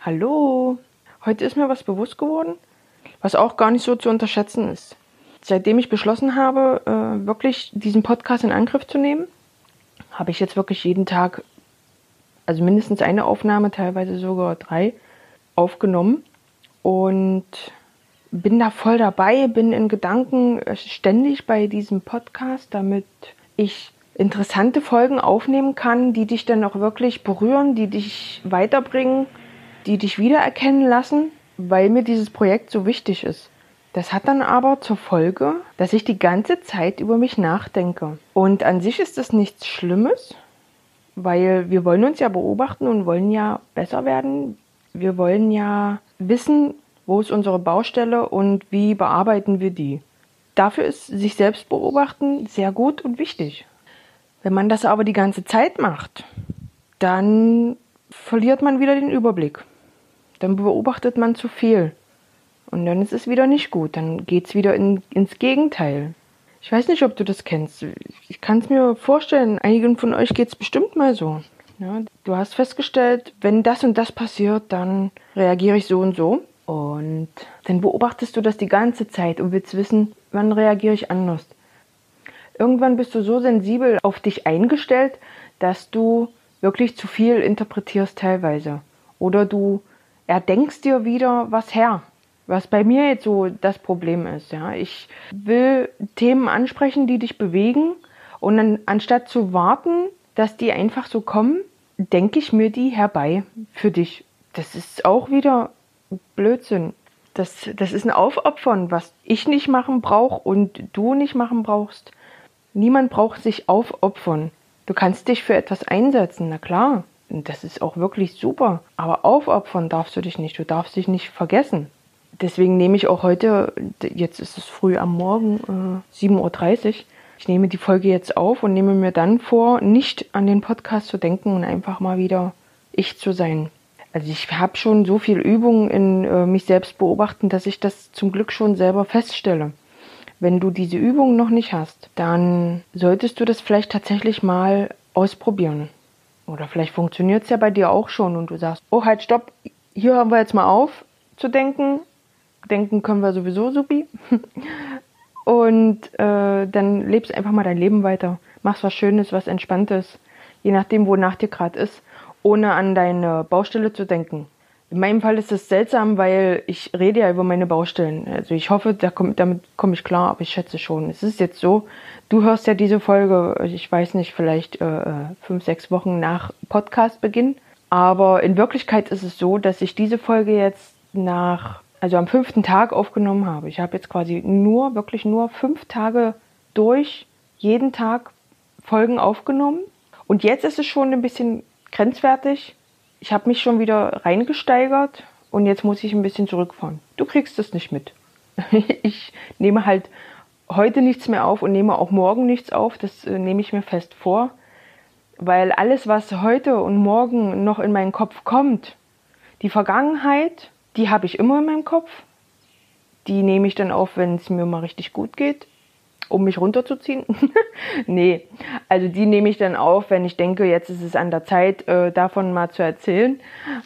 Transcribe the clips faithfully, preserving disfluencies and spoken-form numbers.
Hallo, heute ist mir was bewusst geworden, was auch gar nicht so zu unterschätzen ist. Seitdem ich beschlossen habe, äh, wirklich diesen Podcast in Angriff zu nehmen, habe ich jetzt wirklich jeden Tag, also mindestens eine Aufnahme, teilweise sogar drei, aufgenommen und bin da voll dabei, bin in Gedanken ständig bei diesem Podcast, damit ich interessante Folgen aufnehmen kann, die dich dann auch wirklich berühren, die dich weiterbringen, die dich wiedererkennen lassen, weil mir dieses Projekt so wichtig ist. Das hat dann aber zur Folge, dass ich die ganze Zeit über mich nachdenke. Und an sich ist das nichts Schlimmes, weil wir wollen uns ja beobachten und wollen ja besser werden. Wir wollen ja wissen, wo ist unsere Baustelle und wie bearbeiten wir die. Dafür ist sich selbst beobachten sehr gut und wichtig. Wenn man das aber die ganze Zeit macht, dann verliert man wieder den Überblick. Dann beobachtet man zu viel. Und dann ist es wieder nicht gut. Dann geht es wieder in, ins Gegenteil. Ich weiß nicht, ob du das kennst. Ich kann es mir vorstellen, einigen von euch geht es bestimmt mal so. Ja, du hast festgestellt, wenn das und das passiert, dann reagiere ich so und so. Und dann beobachtest du das die ganze Zeit und willst wissen, wann reagiere ich anders. Irgendwann bist du so sensibel auf dich eingestellt, dass du wirklich zu viel interpretierst teilweise. Oder du erdenkst dir wieder was her. Was bei mir jetzt so das Problem ist. Ja. Ich will Themen ansprechen, die dich bewegen. Und dann, anstatt zu warten, dass die einfach so kommen, denke ich mir die herbei für dich. Das ist auch wieder Blödsinn. Das, das ist ein Aufopfern, was ich nicht machen brauche und du nicht machen brauchst. Niemand braucht sich aufopfern. Du kannst dich für etwas einsetzen, na klar. Und das ist auch wirklich super. Aber aufopfern darfst du dich nicht. Du darfst dich nicht vergessen. Deswegen nehme ich auch heute, jetzt ist es früh am Morgen, äh, sieben Uhr dreißig, ich nehme die Folge jetzt auf und nehme mir dann vor, nicht an den Podcast zu denken und einfach mal wieder ich zu sein. Also ich habe schon so viel Übung in äh, mich selbst beobachten, dass ich das zum Glück schon selber feststelle. Wenn du diese Übung noch nicht hast, dann solltest du das vielleicht tatsächlich mal ausprobieren. Oder vielleicht funktioniert es ja bei dir auch schon und du sagst, oh halt, stopp, hier hören wir jetzt mal auf zu denken. Denken können wir sowieso supi. Und äh, dann lebst einfach mal dein Leben weiter. Machst was Schönes, was Entspanntes, je nachdem, wonach dir gerade ist, ohne an deine Baustelle zu denken. In meinem Fall ist es seltsam, weil ich rede ja über meine Baustellen. Also ich hoffe, da komm, damit komme ich klar, aber ich schätze schon. Es ist jetzt so, du hörst ja diese Folge, ich weiß nicht, vielleicht äh, fünf, sechs Wochen nach Podcastbeginn. Aber in Wirklichkeit ist es so, dass ich diese Folge jetzt nach, also am fünften Tag aufgenommen habe. Ich habe jetzt quasi nur, wirklich nur fünf Tage durch, jeden Tag Folgen aufgenommen. Und jetzt ist es schon ein bisschen grenzwertig. Ich habe mich schon wieder reingesteigert und jetzt muss ich ein bisschen zurückfahren. Du kriegst es nicht mit. Ich nehme halt heute nichts mehr auf und nehme auch morgen nichts auf. Das äh, nehme ich mir fest vor. Weil alles, was heute und morgen noch in meinen Kopf kommt, die Vergangenheit, die habe ich immer in meinem Kopf. Die nehme ich dann auf, wenn es mir mal richtig gut geht, um mich runterzuziehen. Nee, also die nehme ich dann auf, wenn ich denke, jetzt ist es an der Zeit, äh, davon mal zu erzählen.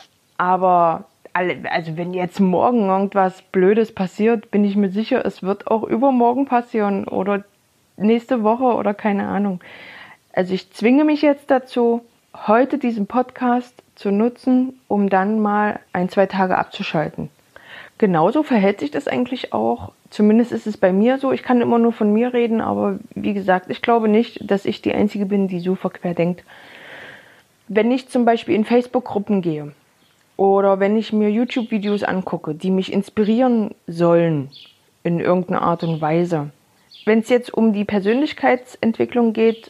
Aber alle, also wenn jetzt morgen irgendwas Blödes passiert, bin ich mir sicher, es wird auch übermorgen passieren oder nächste Woche oder keine Ahnung. Also ich zwinge mich jetzt dazu, heute diesen Podcast zu nutzen, um dann mal ein, zwei Tage abzuschalten. Genauso verhält sich das eigentlich auch, zumindest ist es bei mir so, ich kann immer nur von mir reden, aber wie gesagt, ich glaube nicht, dass ich die Einzige bin, die so verquer denkt. Wenn ich zum Beispiel in Facebook-Gruppen gehe oder wenn ich mir YouTube-Videos angucke, die mich inspirieren sollen in irgendeiner Art und Weise, wenn es jetzt um die Persönlichkeitsentwicklung geht,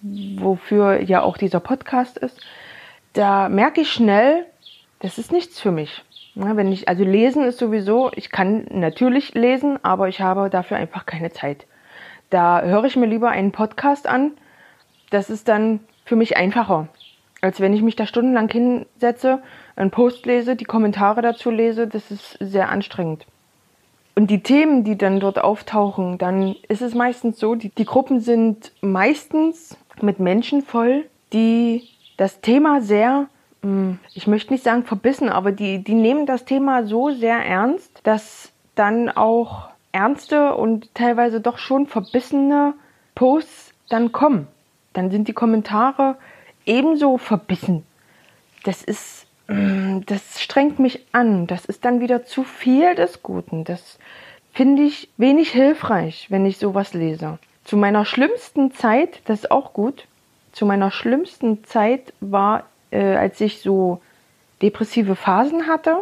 wofür ja auch dieser Podcast ist, da merke ich schnell, das ist nichts für mich. Ja, wenn ich, also lesen ist sowieso, ich kann natürlich lesen, aber ich habe dafür einfach keine Zeit. Da höre ich mir lieber einen Podcast an, das ist dann für mich einfacher, als wenn ich mich da stundenlang hinsetze, einen Post lese, die Kommentare dazu lese, das ist sehr anstrengend. Und die Themen, die dann dort auftauchen, dann ist es meistens so, die, die Gruppen sind meistens mit Menschen voll, die das Thema sehr ich möchte nicht sagen verbissen, aber die, die nehmen das Thema so sehr ernst, dass dann auch ernste und teilweise doch schon verbissene Posts dann kommen. Dann sind die Kommentare ebenso verbissen. Das ist, das strengt mich an. Das ist dann wieder zu viel des Guten. Das finde ich wenig hilfreich, wenn ich sowas lese. Zu meiner schlimmsten Zeit, das ist auch gut, zu meiner schlimmsten Zeit war, äh, als ich so depressive Phasen hatte,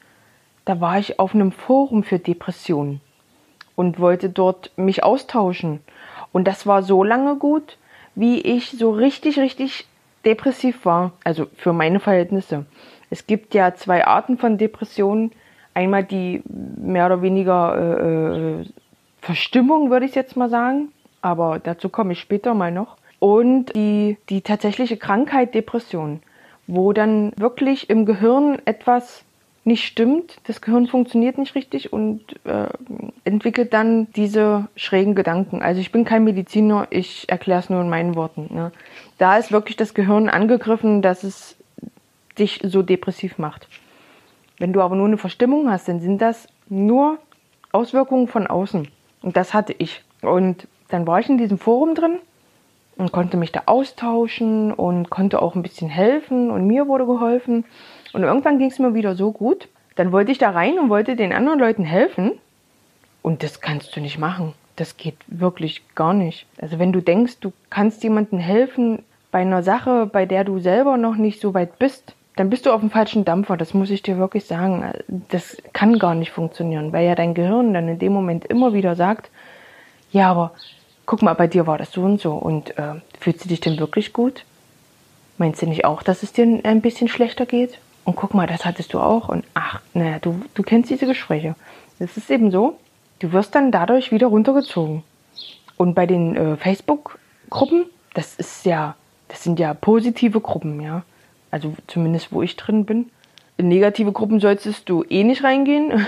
da war ich auf einem Forum für Depressionen und wollte dort mich austauschen. Und das war so lange gut, wie ich so richtig, richtig depressiv war. Also für meine Verhältnisse. Es gibt ja zwei Arten von Depressionen. Einmal die mehr oder weniger äh, Verstimmung, würde ich jetzt mal sagen. Aber dazu komme ich später mal noch. Und die, die tatsächliche Krankheit Depression, wo dann wirklich im Gehirn etwas nicht stimmt, das Gehirn funktioniert nicht richtig und äh, entwickelt dann diese schrägen Gedanken. Also ich bin kein Mediziner, ich erkläre es nur in meinen Worten. Ne? Da ist wirklich das Gehirn angegriffen, dass es dich so depressiv macht. Wenn du aber nur eine Verstimmung hast, dann sind das nur Auswirkungen von außen. Und das hatte ich. Und dann war ich in diesem Forum drin und konnte mich da austauschen und konnte auch ein bisschen helfen und mir wurde geholfen. Und irgendwann ging es mir wieder so gut. Dann wollte ich da rein und wollte den anderen Leuten helfen. Und das kannst du nicht machen. Das geht wirklich gar nicht. Also wenn du denkst, du kannst jemandem helfen bei einer Sache, bei der du selber noch nicht so weit bist, dann bist du auf dem falschen Dampfer. Das muss ich dir wirklich sagen. Das kann gar nicht funktionieren, weil ja dein Gehirn dann in dem Moment immer wieder sagt, ja, aber guck mal, bei dir war das so und so. Und äh, fühlst du dich denn wirklich gut? Meinst du nicht auch, dass es dir ein bisschen schlechter geht? Und guck mal, das hattest du auch. Und ach, naja, du, du kennst diese Gespräche. Das ist eben so, du wirst dann dadurch wieder runtergezogen. Und bei den äh, Facebook-Gruppen, das ist ja, das sind ja positive Gruppen, ja. Also zumindest, wo ich drin bin. In negative Gruppen solltest du eh nicht reingehen.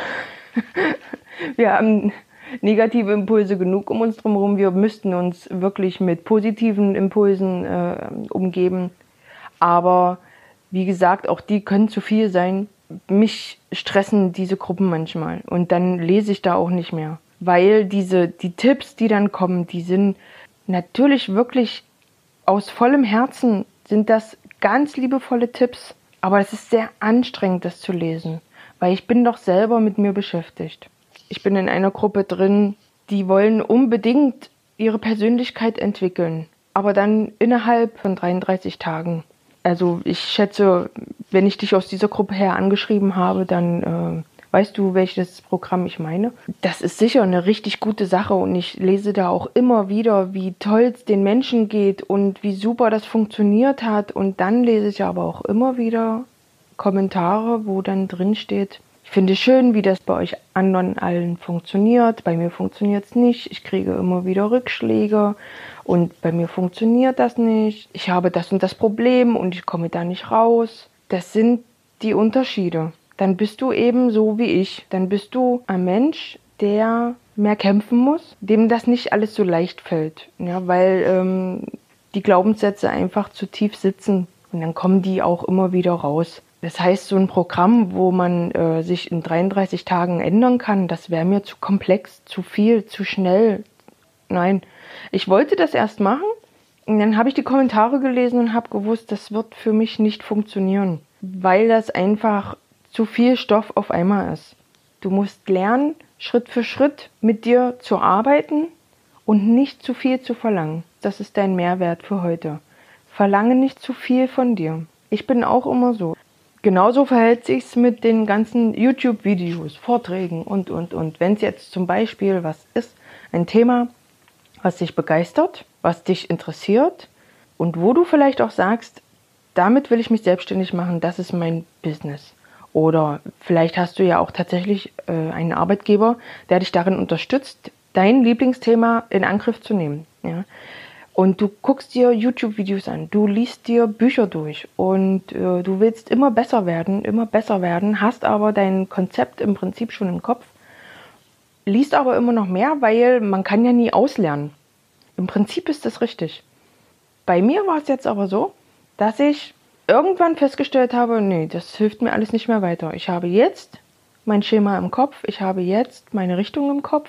Wir haben negative Impulse genug um uns drumherum. Wir müssten uns wirklich mit positiven Impulsen äh, umgeben. Aber wie gesagt, auch die können zu viel sein. Mich stressen diese Gruppen manchmal. Und dann lese ich da auch nicht mehr. Weil diese, die Tipps, die dann kommen, die sind natürlich wirklich aus vollem Herzen, sind das ganz liebevolle Tipps. Aber es ist sehr anstrengend, das zu lesen. Weil ich bin doch selber mit mir beschäftigt. Ich bin in einer Gruppe drin, die wollen unbedingt ihre Persönlichkeit entwickeln. Aber dann innerhalb von dreiunddreißig Tagen. Also ich schätze, wenn ich dich aus dieser Gruppe her angeschrieben habe, dann äh, weißt du, welches Programm ich meine. Das ist sicher eine richtig gute Sache und ich lese da auch immer wieder, wie toll es den Menschen geht und wie super das funktioniert hat. Und dann lese ich aber auch immer wieder Kommentare, wo dann drin steht, ich finde schön, wie das bei euch anderen allen funktioniert. Bei mir funktioniert es nicht. Ich kriege immer wieder Rückschläge und bei mir funktioniert das nicht. Ich habe das und das Problem und ich komme da nicht raus. Das sind die Unterschiede. Dann bist du eben so wie ich. Dann bist du ein Mensch, der mehr kämpfen muss, dem das nicht alles so leicht fällt. Ja, weil ähm, die Glaubenssätze einfach zu tief sitzen und dann kommen die auch immer wieder raus. Das heißt, so ein Programm, wo man äh, sich in dreiunddreißig Tagen ändern kann, das wäre mir zu komplex, zu viel, zu schnell. Nein, ich wollte das erst machen und dann habe ich die Kommentare gelesen und habe gewusst, das wird für mich nicht funktionieren, weil das einfach zu viel Stoff auf einmal ist. Du musst lernen, Schritt für Schritt mit dir zu arbeiten und nicht zu viel zu verlangen. Das ist dein Mehrwert für heute. Verlange nicht zu viel von dir. Ich bin auch immer so. Genauso verhält sich's mit den ganzen YouTube-Videos, Vorträgen und, und, und. Wenn es jetzt zum Beispiel was ist, ein Thema, was dich begeistert, was dich interessiert und wo du vielleicht auch sagst, damit will ich mich selbstständig machen, das ist mein Business. Oder vielleicht hast du ja auch tatsächlich äh, einen Arbeitgeber, der dich darin unterstützt, dein Lieblingsthema in Angriff zu nehmen. Ja? Und du guckst dir YouTube-Videos an, du liest dir Bücher durch und äh, du willst immer besser werden, immer besser werden, hast aber dein Konzept im Prinzip schon im Kopf, liest aber immer noch mehr, weil man kann ja nie auslernen. Im Prinzip ist das richtig. Bei mir war es jetzt aber so, dass ich irgendwann festgestellt habe, nee, das hilft mir alles nicht mehr weiter. Ich habe jetzt mein Schema im Kopf, ich habe jetzt meine Richtung im Kopf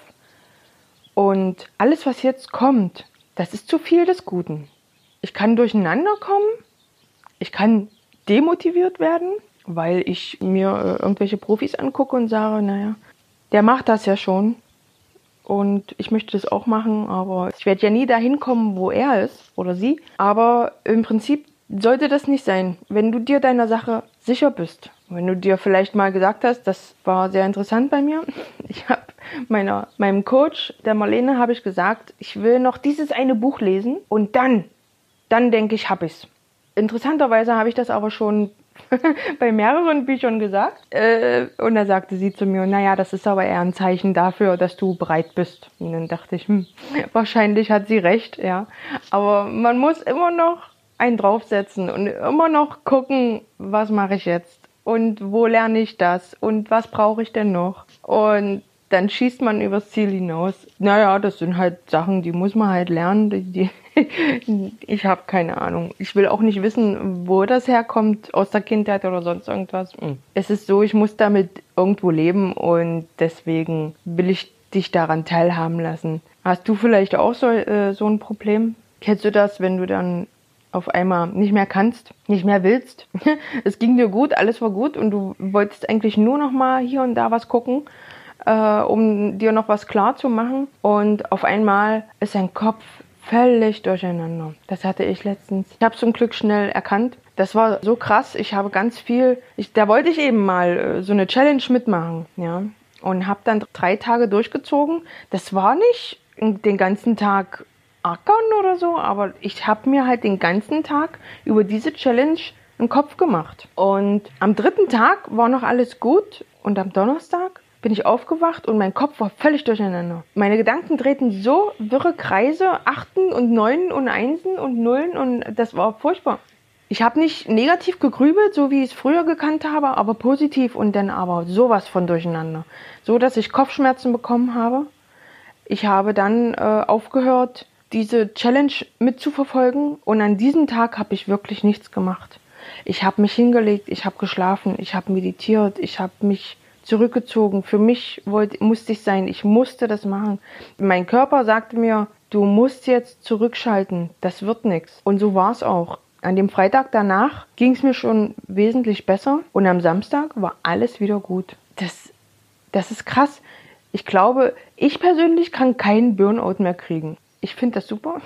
und alles, was jetzt kommt, das ist zu viel des Guten. Ich kann durcheinander kommen, ich kann demotiviert werden, weil ich mir äh, irgendwelche Profis angucke und sage, naja, der macht das ja schon und ich möchte das auch machen, aber ich werde ja nie dahin kommen, wo er ist oder sie. Aber im Prinzip sollte das nicht sein, wenn du dir deiner Sache sicher bist. Wenn du dir vielleicht mal gesagt hast, das war sehr interessant bei mir. Ich habe meiner meinem Coach, der Marlene, habe ich gesagt, ich will noch dieses eine Buch lesen und dann, dann denke ich, habe ich's. Interessanterweise habe ich das aber schon bei mehreren Büchern gesagt. Äh, und da sagte sie zu mir, naja, das ist aber eher ein Zeichen dafür, dass du bereit bist. Und dann dachte ich, hm, wahrscheinlich hat sie recht, ja. Aber man muss immer noch einen draufsetzen und immer noch gucken, was mache ich jetzt und wo lerne ich das und was brauche ich denn noch. Und dann schießt man übers Ziel hinaus. Naja, das sind halt Sachen, die muss man halt lernen. Die, die ich habe keine Ahnung. Ich will auch nicht wissen, wo das herkommt, aus der Kindheit oder sonst irgendwas. Es ist so, ich muss damit irgendwo leben und deswegen will ich dich daran teilhaben lassen. Hast du vielleicht auch so, äh, so ein Problem? Kennst du das, wenn du dann auf einmal nicht mehr kannst, nicht mehr willst? Es ging dir gut, alles war gut und du wolltest eigentlich nur noch mal hier und da was gucken, äh, um dir noch was klar zu machen. Und auf einmal ist dein Kopf völlig durcheinander. Das hatte ich letztens. Ich habe zum Glück schnell erkannt. Das war so krass. Ich habe ganz viel, ich, da wollte ich eben mal äh, so eine Challenge mitmachen, ja. Und habe dann drei Tage durchgezogen. Das war nicht den ganzen Tag ackern oder so, aber ich habe mir halt den ganzen Tag über diese Challenge einen Kopf gemacht. Und am dritten Tag war noch alles gut und am Donnerstag bin ich aufgewacht und mein Kopf war völlig durcheinander. Meine Gedanken drehten so wirre Kreise, Achten und Neunen und Einsen und Nullen und das war furchtbar. Ich habe nicht negativ gegrübelt, so wie ich es früher gekannt habe, aber positiv und dann aber sowas von durcheinander. So, dass ich Kopfschmerzen bekommen habe. Ich habe dann äh, aufgehört, diese Challenge mitzuverfolgen und an diesem Tag habe ich wirklich nichts gemacht. Ich habe mich hingelegt, ich habe geschlafen, ich habe meditiert, ich habe mich zurückgezogen. Für mich wollte, musste ich sein, ich musste das machen. Mein Körper sagte mir, du musst jetzt zurückschalten, das wird nichts. Und so war es auch. An dem Freitag danach ging es mir schon wesentlich besser und am Samstag war alles wieder gut. Das, das ist krass. Ich glaube, ich persönlich kann keinen Burnout mehr kriegen. Ich finde das super,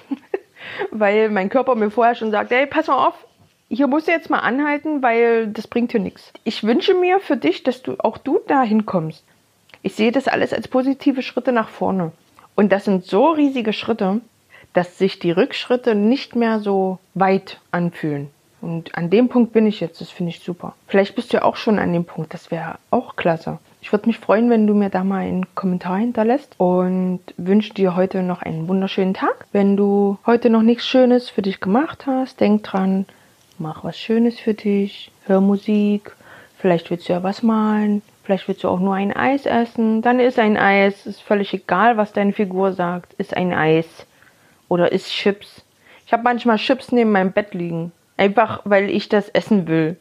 weil mein Körper mir vorher schon sagt, hey, pass mal auf, hier musst du jetzt mal anhalten, weil das bringt hier nichts. Ich wünsche mir für dich, dass du auch du dahin kommst. Ich sehe das alles als positive Schritte nach vorne. Und das sind so riesige Schritte, dass sich die Rückschritte nicht mehr so weit anfühlen. Und an dem Punkt bin ich jetzt, das finde ich super. Vielleicht bist du ja auch schon an dem Punkt, das wäre auch klasse. Ich würde mich freuen, wenn du mir da mal einen Kommentar hinterlässt und wünsche dir heute noch einen wunderschönen Tag. Wenn du heute noch nichts Schönes für dich gemacht hast, denk dran, mach was Schönes für dich, hör Musik, vielleicht willst du ja was malen, vielleicht willst du auch nur ein Eis essen, dann iss ein Eis, ist völlig egal, was deine Figur sagt, iss ein Eis oder iss Chips. Ich habe manchmal Chips neben meinem Bett liegen, einfach weil ich das essen will.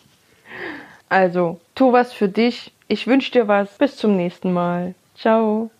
Also, tu was für dich, ich wünsche dir was, bis zum nächsten Mal, ciao.